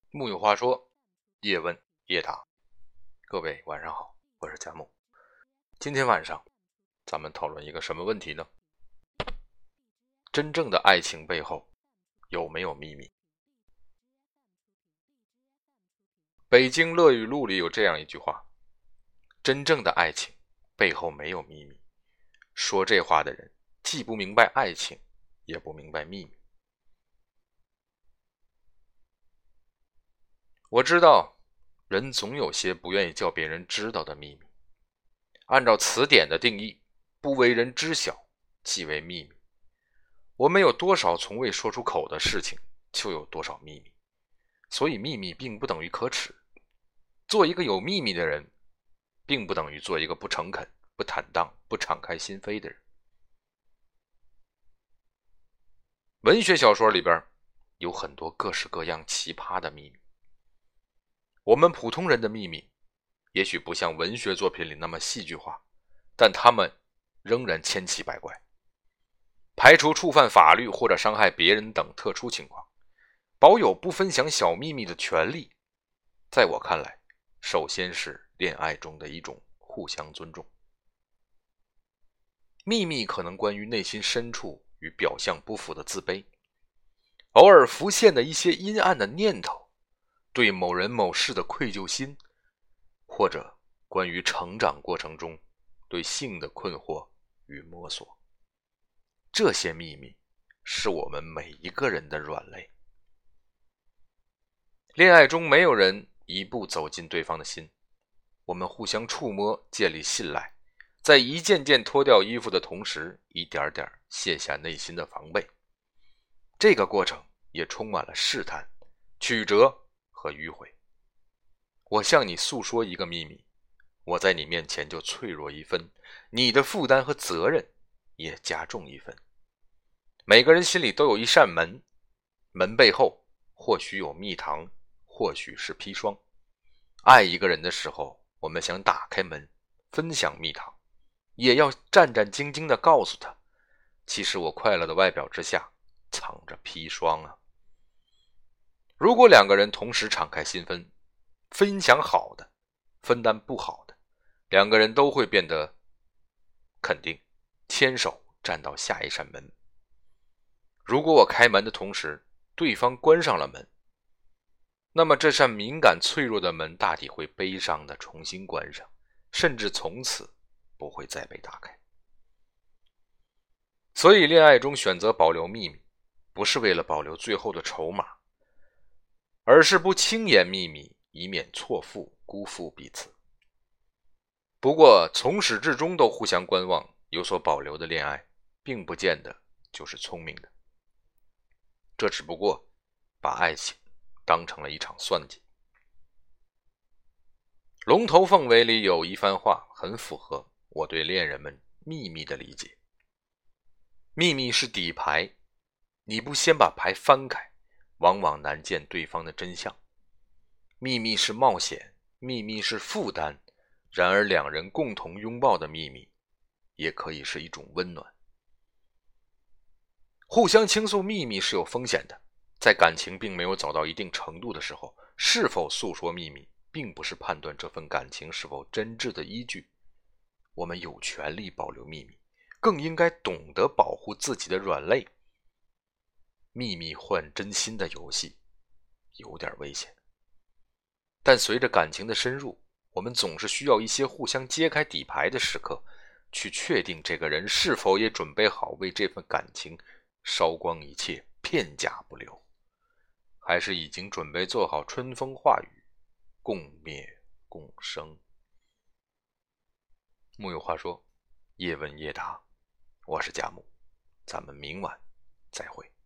木有话说，叶问叶答，各位晚上好，我是佳木。今天晚上咱们讨论一个什么问题呢？真正的爱情背后有没有秘密？北京乐语录里有这样一句话：真正的爱情背后没有秘密。说这话的人既不明白爱情，也不明白秘密。我知道人总有些不愿意叫别人知道的秘密，按照词典的定义，不为人知晓即为秘密。我们有多少从未说出口的事情，就有多少秘密。所以秘密并不等于可耻。做一个有秘密的人，并不等于做一个不诚恳、不坦荡、不敞开心扉的人。文学小说里边有很多各式各样奇葩的秘密。我们普通人的秘密也许不像文学作品里那么戏剧化，但他们仍然千奇百怪。排除触犯法律或者伤害别人等特殊情况，保有不分享小秘密的权利，在我看来，首先是恋爱中的一种互相尊重。秘密可能关于内心深处与表象不符的自卑，偶尔浮现的一些阴暗的念头，对某人某事的愧疚心，或者关于成长过程中对性的困惑与摸索。这些秘密是我们每一个人的软肋。恋爱中没有人一步走进对方的心，我们互相触摸，建立信赖，在一件件脱掉衣服的同时，一点点卸下内心的防备。这个过程也充满了试探、曲折和迂回。我向你诉说一个秘密，我在你面前就脆弱一分，你的负担和责任也加重一分。每个人心里都有一扇门，门背后或许有蜜糖，或许是砒霜。爱一个人的时候，我们想打开门，分享蜜糖，也要战战兢兢地告诉他，其实我快乐的外表之下藏着砒霜啊。如果两个人同时敞开心扉，分享好的，分担不好的，两个人都会变得肯定，牵手站到下一扇门。如果我开门的同时，对方关上了门，那么这扇敏感脆弱的门大抵会悲伤地重新关上，甚至从此不会再被打开。所以恋爱中选择保留秘密，不是为了保留最后的筹码，而是不轻言秘密，以免错付辜负彼此。不过从始至终都互相观望，有所保留的恋爱并不见得就是聪明的，这只不过把爱情当成了一场算计。龙头凤尾里有一番话很符合我对恋人们秘密的理解。秘密是底牌，你不先把牌翻开，往往难见对方的真相。秘密是冒险，秘密是负担，然而两人共同拥抱的秘密也可以是一种温暖。互相倾诉秘密是有风险的，在感情并没有走到一定程度的时候，是否诉说秘密并不是判断这份感情是否真挚的依据。我们有权利保留秘密，更应该懂得保护自己的软肋。秘密换真心的游戏有点危险，但随着感情的深入，我们总是需要一些互相揭开底牌的时刻，去确定这个人是否也准备好为这份感情烧光一切，片甲不留，还是已经准备做好春风化雨，共灭共生。木有话说，叶问叶答，我是贾木，咱们明晚再会。